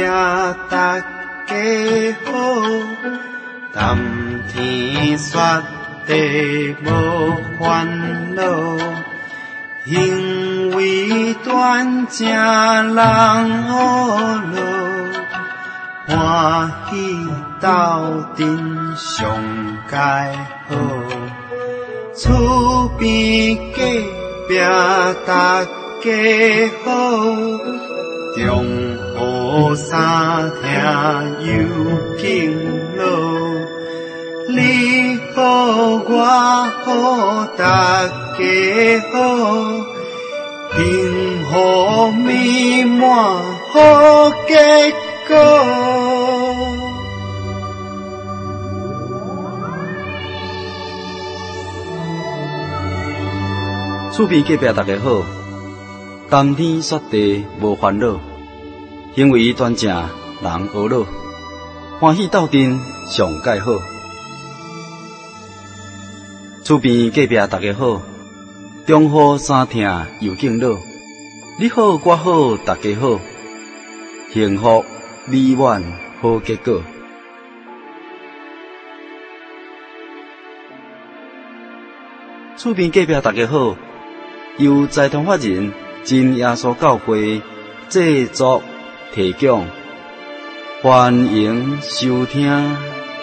大家好，谈天说地无烦恼，行为端正人好路，欢喜斗阵上佳好，厝边隔壁大家好，中好三听有敬老，你好我好大家好，幸福美满好结果。 厝边隔壁大家好，谈天说地无烦恼，行为端正人和乐，欢喜斗阵上佳好。厝边隔壁大家好，中好三听又敬老，你好我好大家好，幸福美满好结果。厝边隔壁大家好，由财团法人真耶稣教会制作提供，欢迎收听。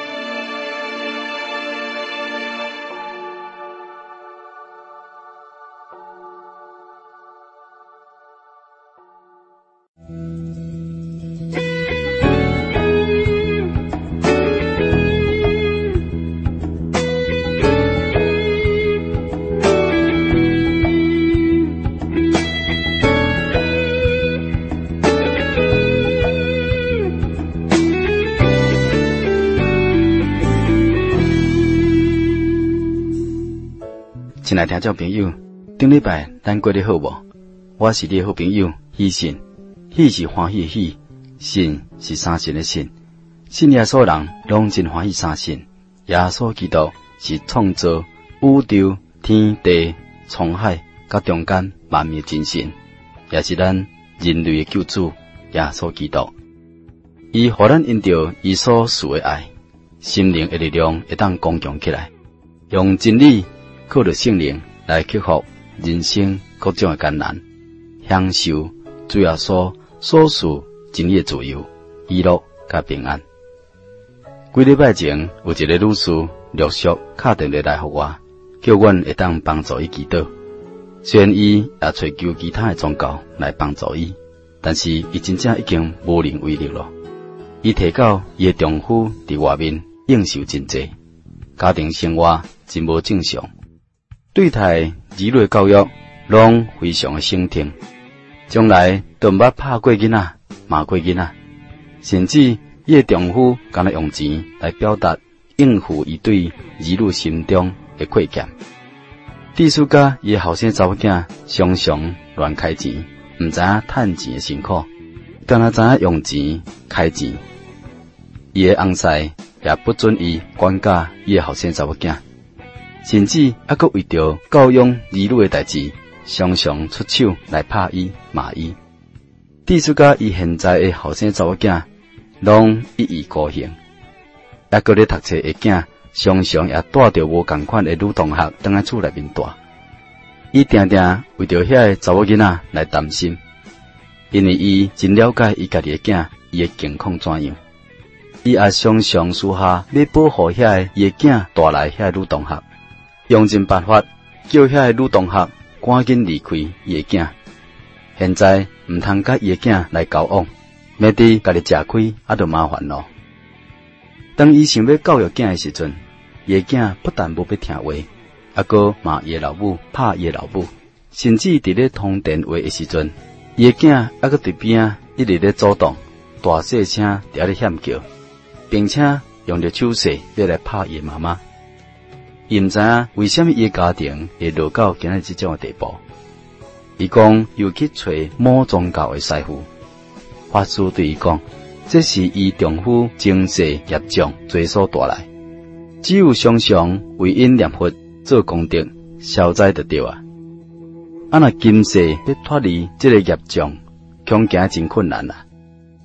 亲爱听众朋友，顶礼拜咱过得好无？我是你的好朋友喜信，喜是欢喜的喜，信是三信的信，信耶稣人拢真欢喜三信。耶稣基督是创造宇宙天地沧海甲中间万物的真神，也是咱人类的救主耶稣基督。伊互咱因着伊所赐的爱，心灵的力量会当刚强起来，用真理靠着圣灵来克服人生各种的艰难，享受主耶稣所赐真理的自由、喜乐甲平安。几礼拜前有一个女士陆续敲电话来互我，叫阮会当帮助伊祈祷。虽然伊也找求其他的宗教来帮助伊，但是伊真正已经无能为力了。伊提到伊的丈夫伫外面应酬真济，家庭生活真无正常。对待儿女教育拢非常的省听，将来都毋捌拍过囡仔、骂过囡仔，甚至伊的丈夫敢若用钱来表达应付伊对儿女心中的亏欠。致使甲伊的后生查某囝常常乱开钱，毋知影趁钱的辛苦，敢若知影用钱开钱。伊的翁婿也不准伊管教伊的后生查某囝。甚至还佫为着教养儿女的代志，常常出手来拍伊、骂伊。致使甲伊现在的后生查某囝，拢一意孤行。还佫咧读册的囝，常常也带着无共款的女同学倒来厝内面住。伊定定为着遐个查某囡仔来担心，因为伊真了解伊家己的囝，伊的境况怎样。伊也常常私下要保护遐个伊的囝带来遐个女同学。用尽办法叫遐个女同学赶紧离开伊的囝。现在毋通甲伊的囝来交往，免得家己吃亏，就麻烦咯。当伊想要教育囝的时阵，伊的囝不但无要听话，还佫骂伊的老母，拍伊的老母，甚至伫咧通电话的时阵，伊的囝还佫伫边啊一直咧阻挡，大细声伫咧喊叫，并且用着手势要来拍伊的妈妈。伊毋知影为什么伊的家庭会落到今日这种的地步。伊讲又去找某宗教的师傅，法师对伊讲，这是伊丈夫前世业障罪所带来，只有常常为因念佛做功德，消灾就对啊。若今世要脱离这个业障，恐惊真困难啦。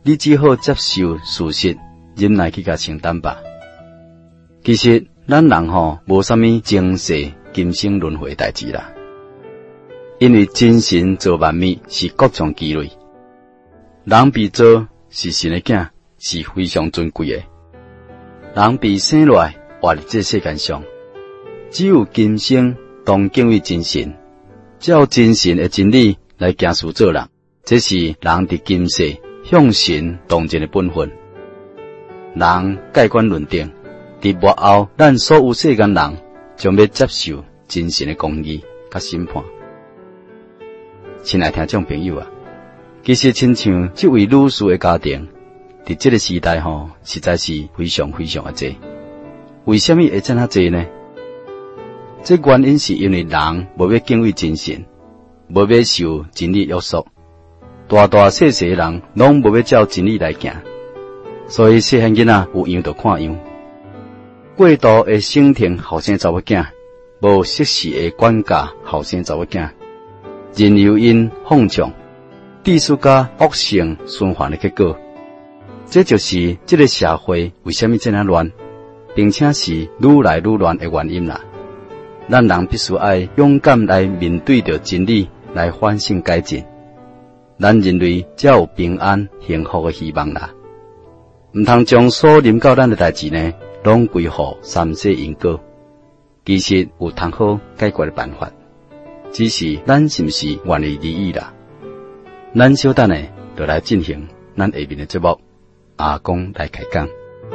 你只好接受事实，忍耐去甲承担吧。其实咱人无啥物前世今生轮回代志啦，因为真神造万物是各种机类，人被造是神的囝，是非常尊贵的。人被生落来活伫这世间上，只有今生当敬畏真神，照真神的真理来行事做人，这是人伫今世向神当尽的本分。人盖棺论定，伫末后，咱所有世间人将要接受真神的公义甲审判。亲爱听众朋友啊，其实亲像这位女士的家庭，伫这个时代实在是非常非常的多。为什么会这样多呢？这原因是因为人无要敬畏真神，无要受真理约束，大大小小的人拢无要照真理来行，所以细汉囡仔有样就看样。过度的省听后生查某囝，无适时的管教后生查某囝，任由因放纵，致使甲恶性循环的结果。这就是这个社会为什么这样乱，并且是愈来愈乱的原因啦。咱人必须要勇敢来面对着真理，来反省改进，咱人类才有平安幸福的希望啦。唔通将所临到咱的代志呢，拢归乎三世因果。其实有通好解决的办法，只是咱是不是愿意理意啦？咱小等呢，就来进行咱下面的节目，阿公来开讲。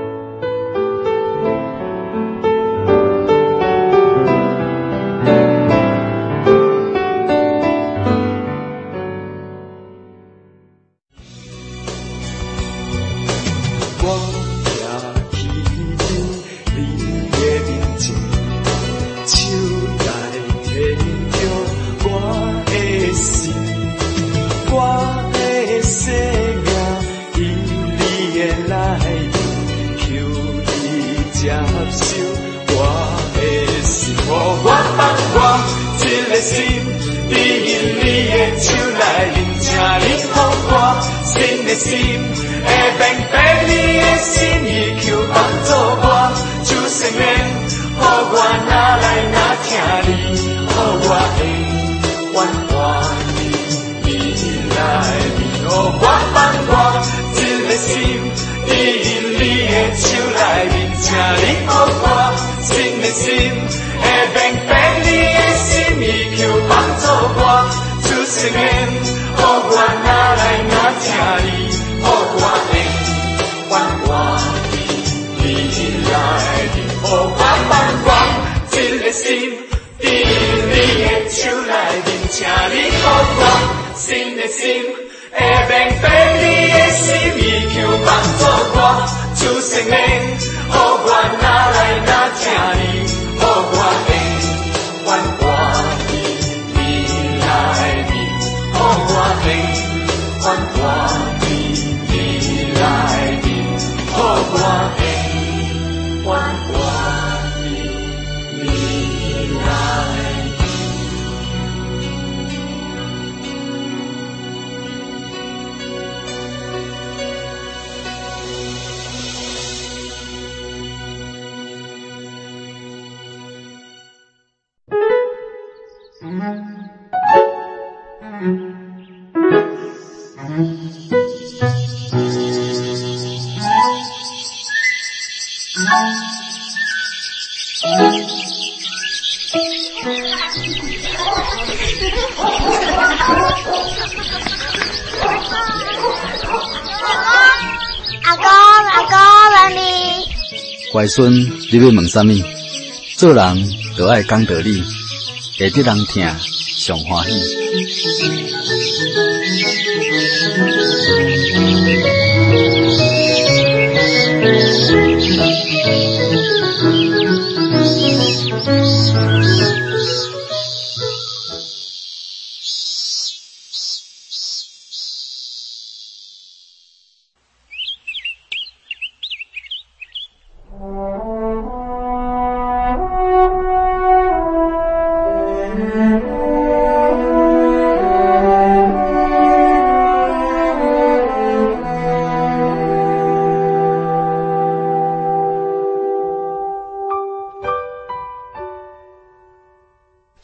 乖孙，你要问啥物？做人就爱讲道理，会得人听上欢喜。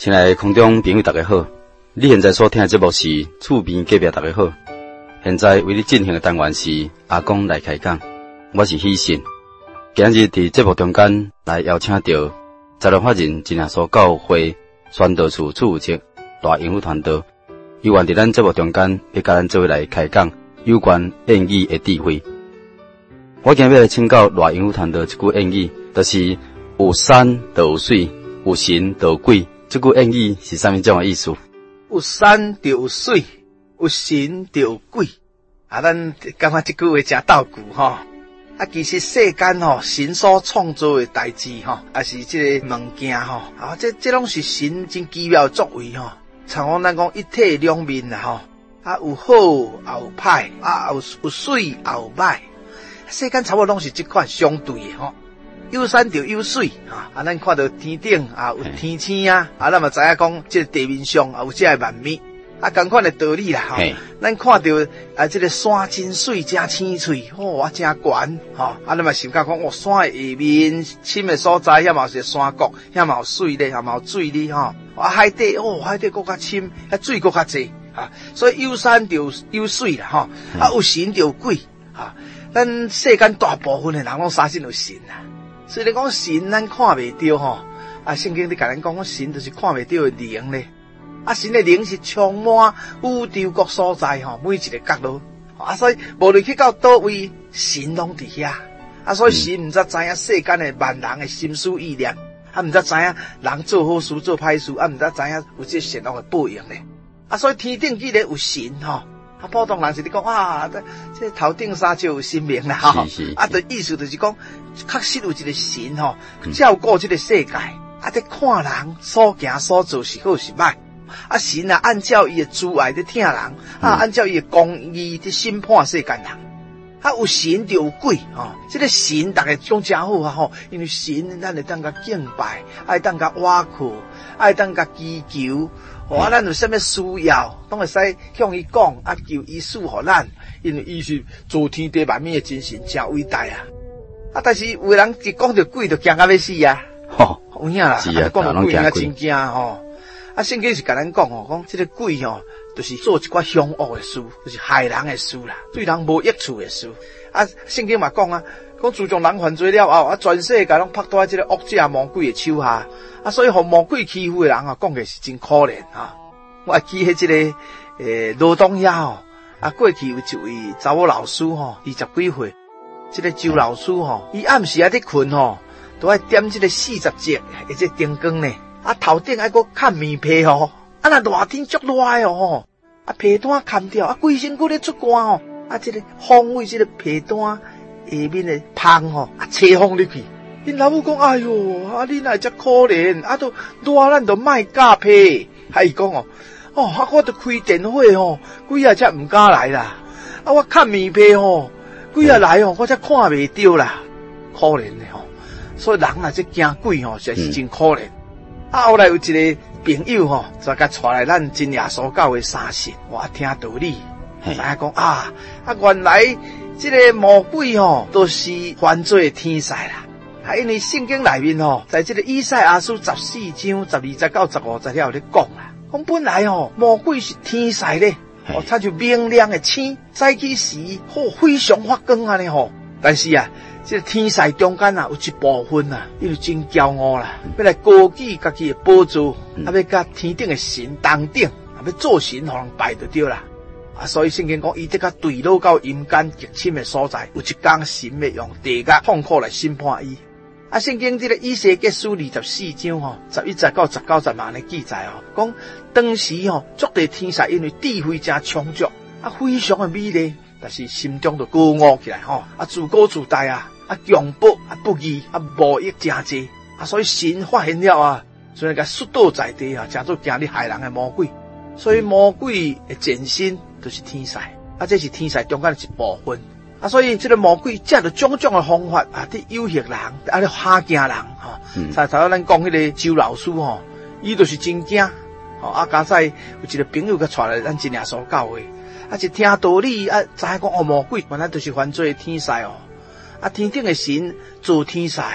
亲爱的空中朋友大家好，你现在所听的节目是厝边隔壁大家好。现在为你进行的单元是阿公来开讲，我是喜信。今日伫节目中间来邀请到十六法人真耶稣教会宣道处处负责大英府团队，有愿伫咱节目中间要甲咱做伙来开讲有关谚语的智慧。我今日要来请教大英府团队一句谚语，就是有山就有水，有神就有鬼。这句谚语是啥物种的意思？ 有山就有水，有神就有鬼。咱感觉这句话真逗句吼。其实世间吼，神所创造的代志吼，也是这个物件吼，这拢是神真奇妙的作为吼。像咱讲一体两面啦吼，有好也有歹，有水也有歹。世间差不多拢是这款相对的吼。有山就有水咱看到天顶有天星咱嘛知影讲这个地面上有这个万物同款的道理啦吼。咱看到这个山真水真青翠真悬咱嘛想讲山的下面深的所在，遐嘛是山谷，遐嘛有水咧，遐嘛有水咧海底海底更较深，水更较济所以有山就有水啦有神就有鬼咱世间大部分的人拢相信有神虽然讲神咱看袂到圣经里甲咱讲神就是看袂到的灵咧神的灵是充满宇宙各所在每一个角落所以无论去到倒位神拢伫遐所以神毋知影世间的万人的心思意念毋知知影人做好事做歹事毋知知影有这善恶的报应咧所以天顶既然有神普通人是你讲这头顶山就有神明啦就意思就是讲确实有一个神照顾这个世界在看人所行所做是好是歹神按照伊的慈爱在听人按照伊的公义在审判世间人有神就有鬼这个神大家讲真好因为神咱会当甲敬拜，爱当甲倚靠，爱当甲祈求咱有啥物需要拢会使向伊讲求伊赐予咱，因为伊是造天地万物的真神，真伟大但是有人一讲到鬼就惊到要死有影啦讲到鬼真惊圣经是甲咱讲讲这个鬼就是做一寡凶恶的事，就是害人的事啦，对人无益处的事圣经嘛讲讲自从人犯罪了后全世界拢拍在这个恶者魔鬼的手下所以互魔鬼欺负的人讲的是真可怜我还记起这个罗东遐过去有一位查某老师20几岁，这个周老师伊暗时在困都爱点这个40节的这灯光呢头顶还搁盖棉被若热天足热的被单砍掉规身躯咧出汗这个风为这个被单下面的芳吹风入去。因老母讲哎哟你哪这可怜都热咱都莫加被伊讲我都开电火几下才唔敢来啦我盖棉被几下来我才看袂到啦可怜的所以人这惊鬼实在是真可怜后来有一个朋友就甲带来咱真耶稣教会三神听道理知影讲原来这个魔鬼都是犯罪的天使啦因为圣经里面在这个以赛亚书14章12节到15节了有咧讲讲本来魔鬼是天使咧他就明亮的星早起时非常发光呢但是这个天使中间有一部分因为真骄傲啦要来高举家己的宝座要甲天顶的神同顶要做神互人拜就对啦所以圣经讲伊这个坠落到阴间极深的所在有一天神要用地甲痛苦来审判伊圣经这个以西结书24章11节到19节嘛记载讲当时诸地天使因为智慧真充足非常的美丽，但是心中就高傲起来自高自大强迫不义无益真济所以神发现了所以甲摔倒在地真做惊你害人的魔鬼。所以魔鬼的前身就是天使这是天使中间的一部分所以这个魔鬼借着种种的方法伫诱惑人咧吓惊人才咱讲迄个周老师伊就是真惊加在有一个朋友甲带来咱真耶稣教会一听道理知影讲魔鬼原来就是犯罪的天使天顶的神做天使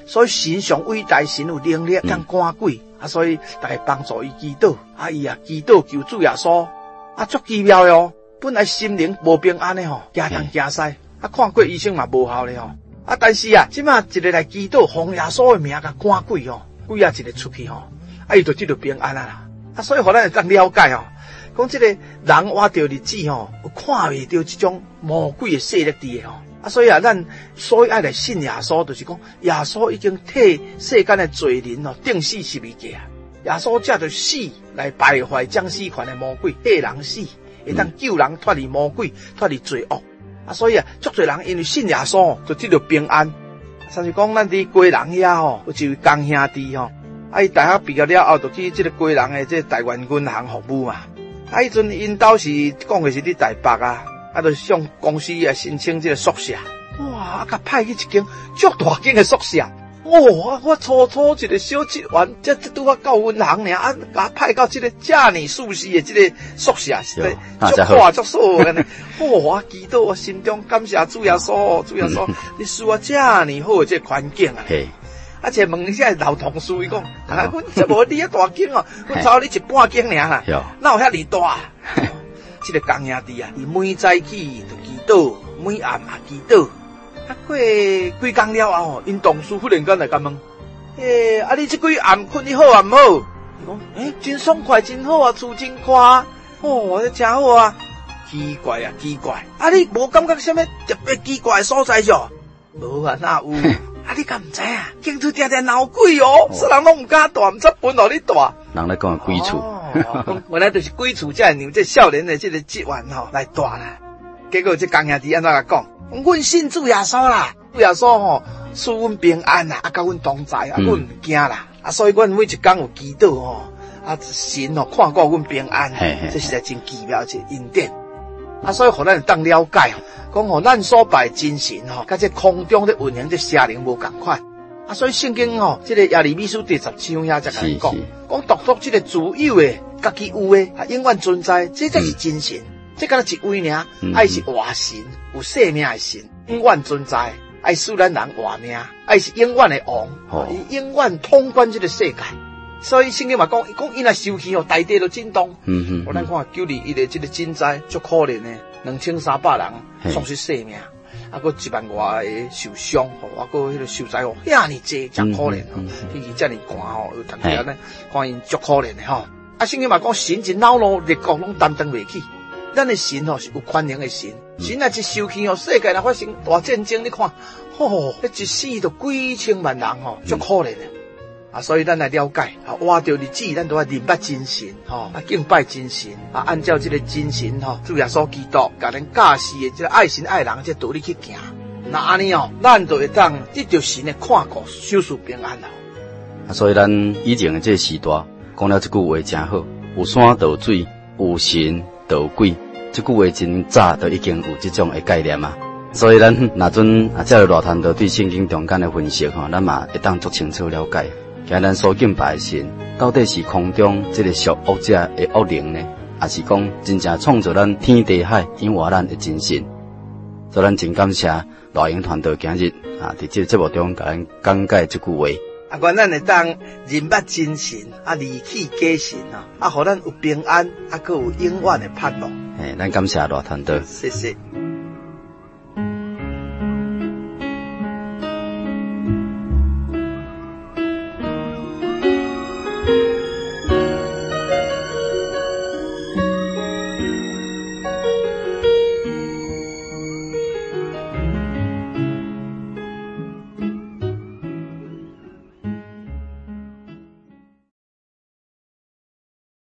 所以神上伟大，神有能力敢赶鬼，所以大家帮助伊祈祷，伊祈祷求主耶稣，足奇妙哟。本来心灵无平安的惊东惊西，看过医生嘛无效咧但是即马一个来祈祷，奉耶稣的名甲赶鬼鬼一个出去伊就即个平安啦。所以互咱会当了解讲即个人活着日子有看袂到即种魔鬼的势力伫的所以咱所以爱来信耶稣，就是讲耶稣已经替世间的罪人定死十字架，耶稣才着死来败坏将死权的魔鬼，替人死，会当救人脱离魔鬼，脱离罪恶所以足侪人因为信耶稣，就即个平安。像是讲咱伫贵人遐有一位江兄弟伊大学毕业了后，就去即个贵人的即台湾银行服务嘛。迄阵因兜是讲的是伫台北就向公司申請即個宿舍，哇！甲派去一間足大間嘅宿舍，我初一個小職員，即拄啊到銀行爾，甲派到即個遮爾舒適嘅即個宿舍，足花足爽嘅。我祈禱我心中感謝主耶穌，主耶穌，你使我遮爾好嘅即個環境而且問一下老同事伊講，阮這無你大間阮找你一半間爾啦，哪有遐爾大？即個江兄弟伊每早起就祈禱，每暗也祈禱。過幾工了後，因同事忽然間來甲問：你這幾暗困得好啊唔好？伊講：真爽快，真好啊，厝真寬，這真好啊。奇怪，你無感覺啥物特別奇怪的所在咗？無啊，哪有？你敢唔知啊？驚出定鬧鬼所人攏唔敢大，唔知本落你大。 人咧講鬼厝。 原來就是鬼厝才讓這少年的這個職員來大啦。結果這江兄弟安怎講？阮信主耶穌啦，主耶穌賜阮平安啦，甲阮同在阮唔驚啦。所以阮每一天有祈禱神看顧阮平安，這實在真奇妙一個恩典。所以互咱當了解，講互咱所拜真神甲這空中咧運行這邪靈無共款。所以聖經這個耶利米書第10章遐才甲講，講獨獨這個自有的、家己有的永遠存在，這才是真神。這敢若一位爾，愛是活神，有生命的神，永遠存在，愛使咱人活命，愛是永遠的王，伊永遠統管這個世界。所以聖經嘛講伊若受氣大地就震動。我咱看921的這個震災，足可憐的，2300人喪失生命。還1萬外個受傷，還個迄個受災禍，遐尼濟，真可憐天氣遮尼寒有當時呢，看因足可憐的聖經嘛講神真惱怒，列國攏擔當袂起。咱的神是有權能的神，神若一受氣世界若發生大戰爭，你看，一死就幾千萬人足可憐的。所以咱來了解，活着日子，咱都要認捌真神，敬拜真神，按照這個真神，主耶穌基督，甲咱教示的這個愛神愛人這道理去行。那安尼咱就會當得到神的看顧，守住平安了。 所以咱以前的這個時代講了這句話真好，有山就有水，有神就有鬼。這句話真早就已經有這種的概念啊。所以咱若陣這個熱談就對聖經中間的分析咱嘛會當足清楚了解。今咱所敬拜的神，到底是空中這個屬惡者的惡靈呢，還是講真正創造咱天地海永活咱的真神？所以咱真感謝錄音團隊今日在這個節目中甲咱講解這句話。 願咱會當認捌真神，離棄假神，互咱有平安，閣有永遠的盼望。 咱感謝錄團隊。 謝謝。